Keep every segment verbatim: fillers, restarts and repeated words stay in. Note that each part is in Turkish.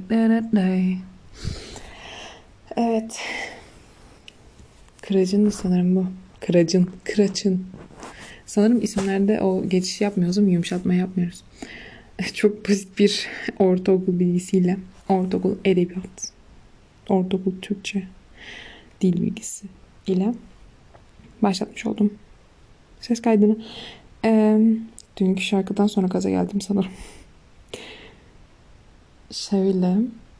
Evet. Kıracın mı sanırım bu? Kıracın. Kıraçın. Sanırım isimlerde o geçiş yapmıyoruz ama yumuşatma yapmıyoruz. Çok basit bir ortaokul bilgisiyle. Ortaokul edebiyat. Ortaokul Türkçe dil bilgisi ile başlatmış oldum ses kaydını. Ee, dünkü şarkıdan sonra gaza geldim sanırım. Şöyle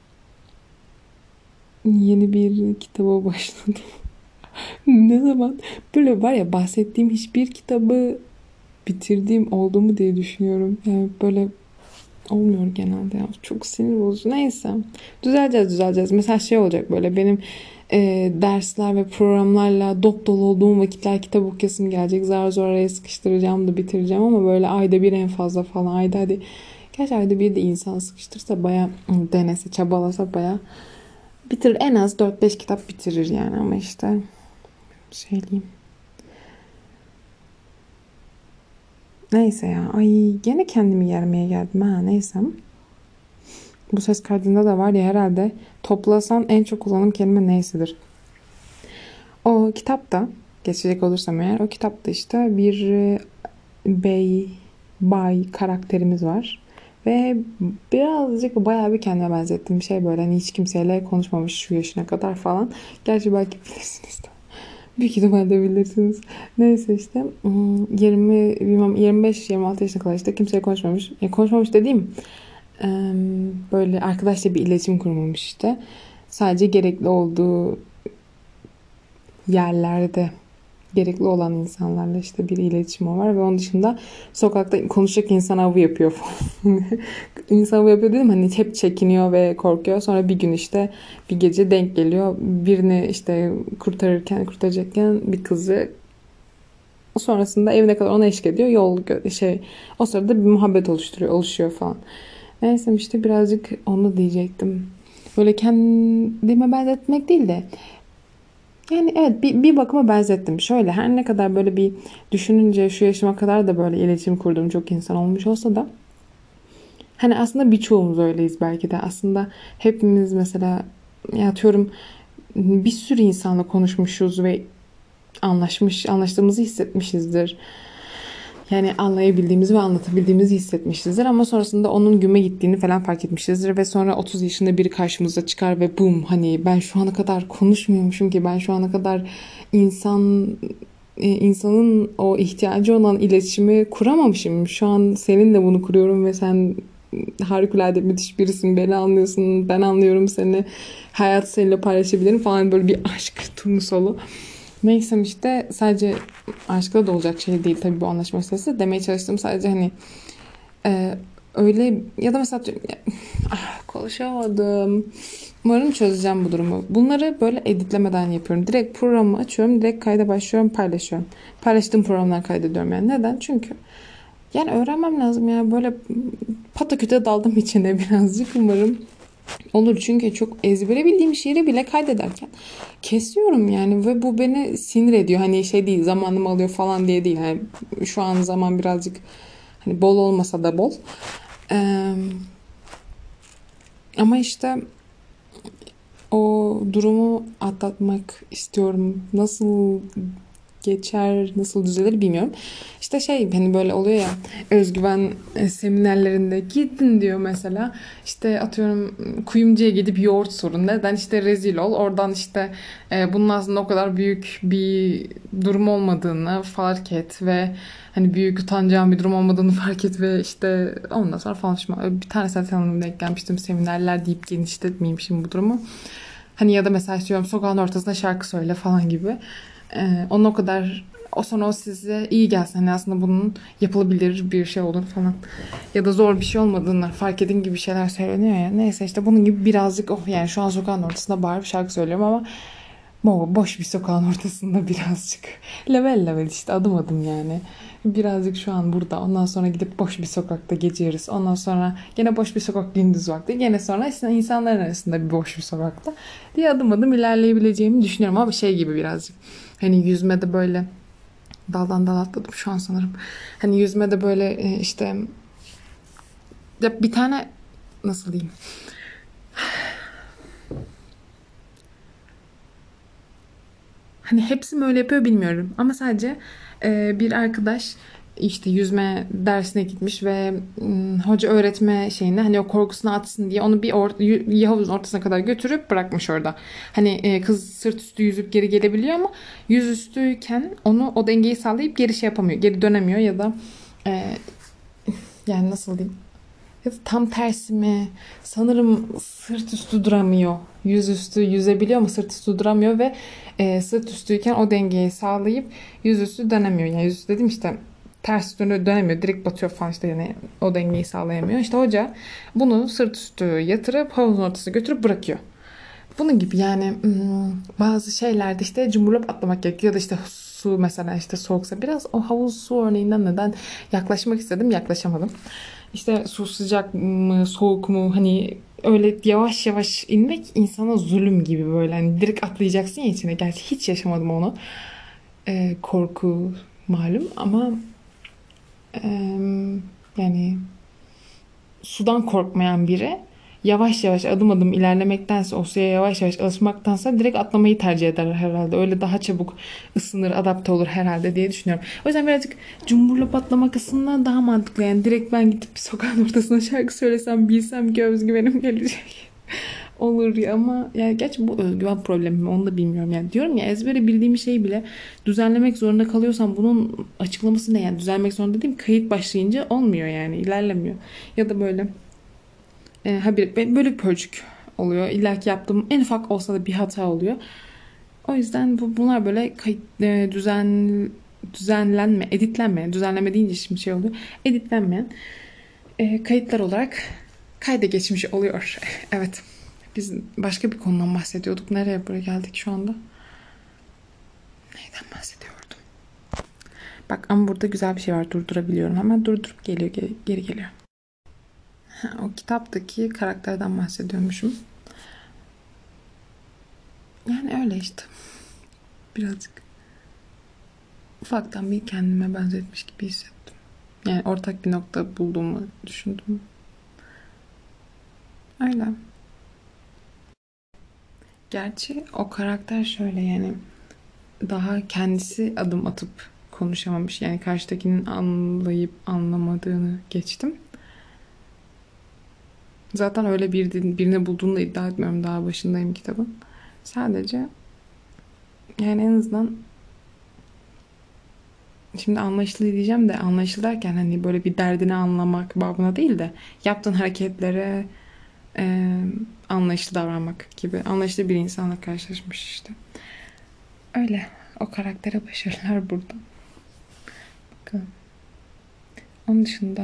yeni bir kitaba başladım. Ne zaman böyle var ya, bahsettiğim hiçbir kitabı bitirdiğim oldu mu diye düşünüyorum. Yani böyle olmuyor genelde ya. Çok sinir bozucu. Neyse. Düzeleceğiz düzeleceğiz. Mesela şey olacak, böyle benim e, dersler ve programlarla dop dolu olduğum vakitler kitap okuyasım gelecek. Zar zor araya sıkıştıracağım da bitireceğim ama böyle ayda bir en fazla falan. Ayda hadi. Gerçi ayda bir de insan sıkıştırsa baya, denese çabalasa baya bitirir. En az dört beş kitap bitirir yani, ama işte şey diyeyim. Neyse ya. Ay gene kendimi yermeye geldim ha. Neyse. Bu ses kaydında da var ya, herhalde toplasan en çok kullanılan kelime neysedir. O kitapta, geçecek olursam eğer, o kitapta işte bir e, bey, bay karakterimiz var. Ve birazcık bayağı bir kendime benzettiğim şey, böyle hani hiç kimseyle konuşmamış şu yaşına kadar falan. Gerçi belki bilirsiniz de. Büyük ihtimalle bilirsiniz. Neyse işte yirmi, bilmem yirmi beş yirmi altı yaşına kadar işte kimseyle konuşmamış. E, konuşmamış dediğim, böyle arkadaşla bir iletişim kurmamış işte. Sadece gerekli olduğu yerlerde gerekli olan insanlarla işte bir iletişim var ve onun dışında sokakta konuşacak insan avı yapıyor falan. İnsan avı yapıyor dedim, hani hep çekiniyor ve korkuyor. Sonra bir gün işte bir gece denk geliyor. Birini işte kurtarırken, kurtaracakken bir kızı, sonrasında evine kadar ona eşlik ediyor. Yol şey, o sırada bir muhabbet oluşturuyor, oluşuyor falan. Neyse işte birazcık onu diyecektim. Böyle kendime benzetmek değil de, yani evet, bir, bir bakıma benzettim. Şöyle, her ne kadar böyle bir düşününce şu yaşıma kadar da böyle iletişim kurduğum çok insan olmuş olsa da, hani aslında birçoğumuz öyleyiz belki de. Aslında hepimiz mesela, ya atıyorum, bir sürü insanla konuşmuşuz ve anlaşmış, anlaştığımızı hissetmişizdir. Yani anlayabildiğimizi ve anlatabildiğimizi hissetmişizdir. Ama sonrasında onun güme gittiğini falan fark etmişizdir. Ve sonra otuz yaşında biri karşımıza çıkar ve bum, hani ben şu ana kadar konuşmuyormuşum ki, ben şu ana kadar insan e, insanın o ihtiyacı olan iletişimi kuramamışım. Şu an seninle bunu kuruyorum ve sen harikulade müthiş birisin. Beni anlıyorsun, ben anlıyorum seni. Hayatı seninle paylaşabilirim falan, böyle bir aşk turnusolu. Neyse işte, sadece aşkla da olacak şey değil tabii bu anlaşma meselesi. Demeye çalıştığım sadece hani e, öyle ya da mesela ah, konuşamadım. Umarım çözeceğim bu durumu. Bunları böyle editlemeden yapıyorum. Direkt programı açıyorum, direkt kayda başlıyorum, paylaşıyorum. Paylaştığım programlar kaydediyorum yani. Neden? Çünkü yani öğrenmem lazım ya. Böyle pataküte daldım içine birazcık. Umarım olur, çünkü çok ezbere bildiğim şiiri bile kaydederken kesiyorum yani, ve bu beni sinir ediyor. Hani şey değil, zamanımı alıyor falan diye değil. Yani şu an zaman birazcık hani bol olmasa da bol. Ee, ama işte o durumu atlatmak istiyorum. Nasıl geçer, nasıl düzelir bilmiyorum. İşte şey hani böyle oluyor ya, özgüven e, seminerlerinde gidin diyor mesela, işte atıyorum kuyumcuya gidip yoğurt sorun. Neden? İşte rezil ol. Oradan işte e, bunun aslında o kadar büyük bir durum olmadığını fark et ve hani büyük utanacağın bir durum olmadığını fark et ve işte ondan sonra falan bir tane zaten hanımla denk gelmiştim, seminerler deyip genişletmeyeyim şimdi bu durumu. Hani ya da mesela istiyorum sokağın ortasında şarkı söyle falan gibi. Ee, onun o kadar o sonra o size iyi gelsin. Hani aslında bunun yapılabilir bir şey olur falan. Ya da zor bir şey olmadığını fark edin gibi şeyler söyleniyor ya. Neyse işte bunun gibi birazcık oh yani şu an sokağın ortasında bağırıp şarkı söylüyorum ama bo boş bir sokağın ortasında birazcık. Level level işte adım adım yani. Birazcık şu an burada. Ondan sonra gidip boş bir sokakta gece yarısı. Ondan sonra gene boş bir sokak gündüz vakti. Gene sonra işte insanların arasında bir boş bir sokakta diye adım adım ilerleyebileceğimi düşünüyorum. Ama şey gibi birazcık. Hani yüzmede böyle daldan dal atladım şu an sanırım. Hani yüzmede böyle e, işte ya bir tane nasıl diyeyim? Hani hepsi mi öyle yapıyor bilmiyorum. Ama sadece e, bir arkadaş işte yüzme dersine gitmiş ve m, hoca öğretme şeyinde hani o korkusunu atsın diye onu bir or y- havuzun ortasına kadar götürüp bırakmış orada. Hani e, kız sırt üstü yüzüp geri gelebiliyor ama yüzüstüyken onu o dengeyi sağlayıp geri şey yapamıyor. Geri dönemiyor ya da e, yani nasıl diyeyim? Ya da tam tersi mi? Sanırım sırt üstü duramıyor. Yüzüstü yüzebiliyor ama sırt üstü duramıyor ve e, sırt üstüyken o dengeyi sağlayıp yüzüstü dönemiyor. Yani yüzüstü dedim işte ters dönüyor, dönemiyor. Direkt batıyor falan işte yani o dengeyi sağlayamıyor. İşte hoca bunu sırt üstü yatırıp havuzun ortasına götürüp bırakıyor. Bunun gibi yani hmm, bazı şeylerde işte cumburlop atlamak gerekiyor ya da işte su mesela işte soğuksa biraz o havuz su örneğinden neden yaklaşmak istedim yaklaşamadım. İşte su sıcak mı soğuk mu hani öyle yavaş yavaş inmek insana zulüm gibi böyle hani direkt atlayacaksın ya içine. Gerçi hiç yaşamadım onu. Ee, korku malum ama em, yani sudan korkmayan biri yavaş yavaş adım adım ilerlemektense o suya yavaş yavaş alışmaktansa direkt atlamayı tercih eder herhalde. Öyle daha çabuk ısınır, adapte olur herhalde diye düşünüyorum. O yüzden birazcık cumburlop atlamak aslında daha mantıklı. Yani direkt ben gidip sokağın ortasına şarkı söylesem bilsem ki özgüvenim gelecek. Olur ya ama yani gerçi bu özgüven problemi mi onu da bilmiyorum. Yani diyorum ya ezbere bildiğim şeyi bile düzenlemek zorunda kalıyorsam bunun açıklaması ne yani? Düzenlemek zorunda dediğim kayıt başlayınca olmuyor yani ilerlemiyor. Ya da böyle e, ha bir, böyle bir pörçük oluyor. İlla ki yaptığım en ufak olsa da bir hata oluyor. O yüzden bu bunlar böyle kayıt e, düzen düzenlenme, editlenmeyen, düzenleme deyince şimdi şey oluyor. Editlenmeyen e, kayıtlar olarak kayda geçmiş oluyor. Evet. Biz başka bir konudan bahsediyorduk. Nereye buraya geldik şu anda? Neyden bahsediyordum? Bak ama burada güzel bir şey var. Durdurabiliyorum. Hemen durdurup geliyor, geri, geri geliyor. Ha, o kitaptaki karakterden bahsediyormuşum. Yani öyle işte. Birazcık ufaktan bir kendime benzetmiş gibi hissettim. Yani ortak bir nokta bulduğumu düşündüm. Öyle. Gerçi o karakter şöyle yani daha kendisi adım atıp konuşamamış. Yani karşıdakinin anlayıp anlamadığını geçtim. Zaten öyle bir birini bulduğunu da iddia etmiyorum. Daha başındayım kitabın. Sadece yani en azından şimdi anlayışlı diyeceğim de anlayışlı derken hani böyle bir derdini anlamak babına değil de yaptığın hareketlere e, anlayışlı davranmak gibi. Anlayışlı bir insanla karşılaşmış işte. Öyle. O karaktere başarılar burada. Bakalım. Onun dışında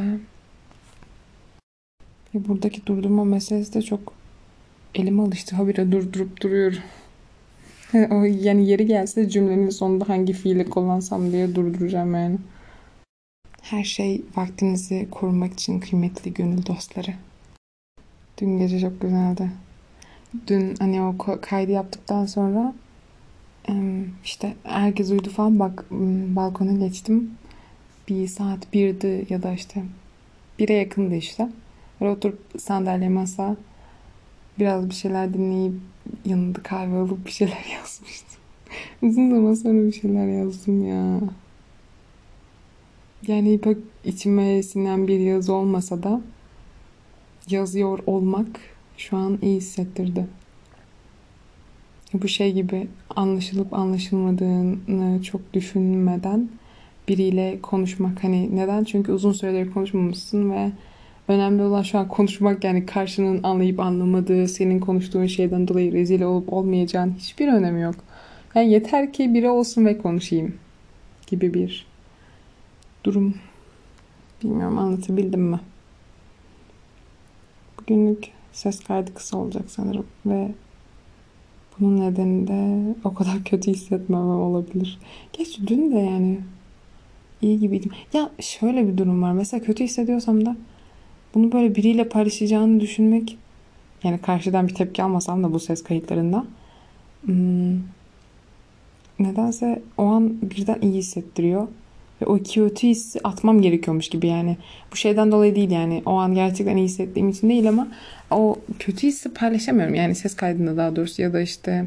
buradaki durdurma meselesi de çok elime alıştı. Habire durdurup duruyorum. O yani yeri gelse cümlenin sonunda hangi fiili kullansam diye durduracağım yani. Her şey vaktinizi korumak için kıymetli gönül dostları. Dün gece çok güzeldi. Dün hani o kaydı yaptıktan sonra işte herkes uyudu falan bak balkona geçtim. Bir saat birdi ya da işte bire yakındı işte. Böyle oturup sandalye masa biraz bir şeyler dinleyip yanında kahve alıp bir şeyler yazmıştım. Uzun zaman sonra bir şeyler yazdım ya. Yani pek içime sinen bir yazı olmasa da yazıyor olmak şu an iyi hissettirdi. Bu şey gibi anlaşılıp anlaşılmadığını çok düşünmeden biriyle konuşmak. Hani neden? Çünkü uzun süredir konuşmamışsın ve önemli olan şu an konuşmak, yani karşının anlayıp anlamadığı, senin konuştuğun şeyden dolayı rezil olup olmayacağın hiçbir önemi yok. Yani yeter ki biri olsun ve konuşayım gibi bir durum. Bilmiyorum, anlatabildim mi? Bugünlük ses kaydı kısa olacak sanırım ve bunun nedeni de o kadar kötü hissetmemem olabilir. Geç dün de yani iyi gibiydim. Ya şöyle bir durum var. Mesela kötü hissediyorsam da bunu böyle biriyle paylaşacağını düşünmek, yani karşıdan bir tepki almasam da bu ses kayıtlarında, hmm, nedense o an birden iyi hissettiriyor. Ve o kötü hissi atmam gerekiyormuş gibi yani. Bu şeyden dolayı değil yani. O an gerçekten iyi hissettiğim için değil ama o kötü hissi paylaşamıyorum. Yani ses kaydında daha doğrusu, ya da işte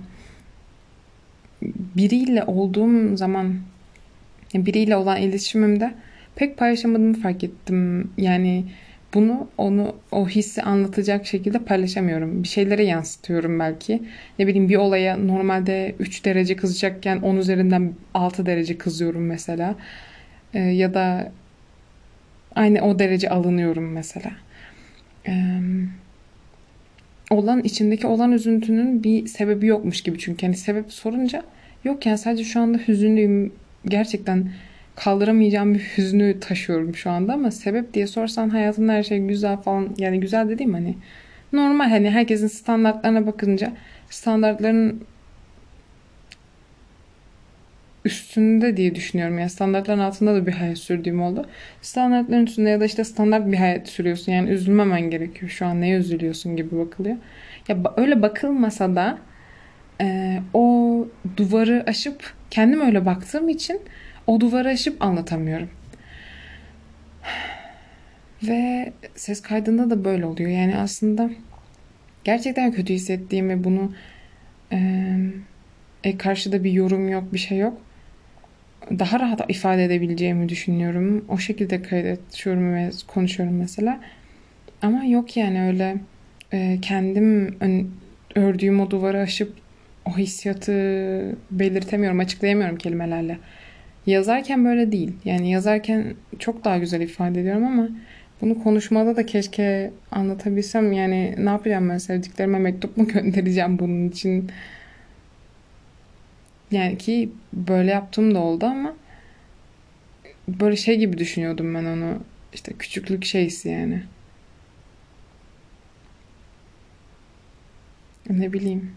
biriyle olduğum zaman, biriyle olan iletişimimde pek paylaşamadığımı fark ettim. Yani bunu, onu, o hissi anlatacak şekilde paylaşamıyorum. Bir şeylere yansıtıyorum belki. Ne bileyim, bir olaya normalde üç derece kızacakken on üzerinden altı derece kızıyorum mesela. Ee, ya da aynı o derece alınıyorum mesela. Ee, olan içimdeki olan üzüntünün bir sebebi yokmuş gibi, çünkü hani sebep sorunca yok, yani sadece şu anda hüzünlüyüm, gerçekten kaldıramayacağım bir hüznü taşıyorum şu anda, ama sebep diye sorsan hayatımda her şey güzel falan, yani güzel dediğim hani normal, hani herkesin standartlarına bakınca standartların üstünde diye düşünüyorum. Yani standartların altında da bir hayat sürdüğüm oldu. Standartların üstünde ya da işte standart bir hayat sürüyorsun. Yani üzülmemen gerekiyor. Şu an neye üzülüyorsun gibi bakılıyor. Ya öyle bakılmasa da e, o duvarı aşıp, kendim öyle baktığım için o duvarı aşıp anlatamıyorum. Ve ses kaydında da böyle oluyor. Yani aslında gerçekten kötü hissettiğimi, bunu e, e, karşıda bir yorum yok, bir şey yok, daha rahat ifade edebileceğimi düşünüyorum. O şekilde kaydediyorum ve konuşuyorum mesela. Ama yok yani öyle e, kendim ön, ördüğüm o duvarı aşıp o hissiyatı belirtemiyorum, açıklayamıyorum kelimelerle. Yazarken böyle değil. Yani yazarken çok daha güzel ifade ediyorum ama bunu konuşmada da keşke anlatabilsem. Yani ne yapacağım, ben sevdiklerime mektup mu göndereceğim bunun için? Yani ki böyle yaptığım da oldu ama böyle şey gibi düşünüyordum ben onu. İşte küçüklük şeysi yani. Ne bileyim.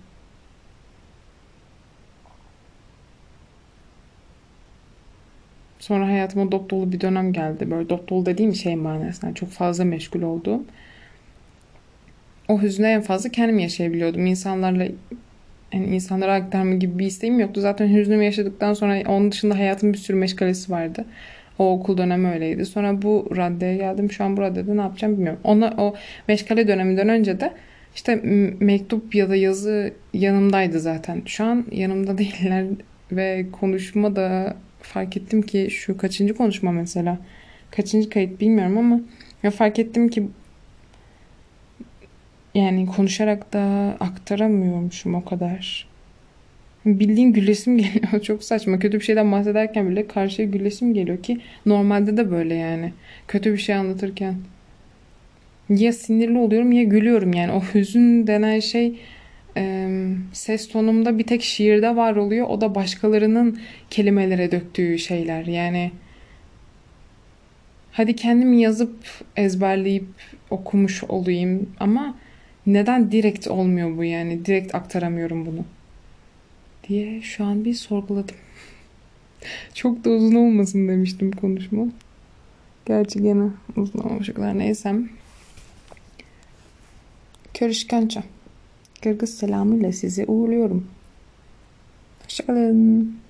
Sonra hayatıma dop dolu bir dönem geldi. Böyle dop dolu dediğim şey manasında çok fazla meşgul olduğum. O hüznü en fazla kendim yaşayabiliyordum. İnsanlarla, yani insanlara aktarma gibi bir isteğim yoktu. Zaten hüznümü yaşadıktan sonra onun dışında hayatımın bir sürü meşgalesi vardı. O okul dönemi öyleydi. Sonra bu raddeye geldim. Şu an bu raddede ne yapacağım bilmiyorum. Ona, o meşgale döneminden önce de işte mektup ya da yazı yanımdaydı zaten. Şu an yanımda değiller ve konuşma da fark ettim ki, şu kaçıncı konuşma mesela. Kaçıncı kayıt bilmiyorum ama ya fark ettim ki yani konuşarak da aktaramıyormuşum o kadar. Bildiğin gülesim geliyor. Çok saçma. Kötü bir şeyden bahsederken bile karşıya gülesim geliyor ki normalde de böyle yani. Kötü bir şey anlatırken ya sinirli oluyorum ya gülüyorum yani. O hüzün denen şey e, ses tonumda bir tek şiirde var oluyor. O da başkalarının kelimelere döktüğü şeyler. Yani hadi kendim yazıp ezberleyip okumuş olayım ama neden direkt olmuyor bu yani? Direkt aktaramıyorum bunu diye şu an bir sorguladım. Çok da uzun olmasın demiştim konuşma. Gerçi gene uzun olmuş o kadar, neysem. Körüşkençe. Kırgız selamıyla sizi uğurluyorum. Hoşçakalın.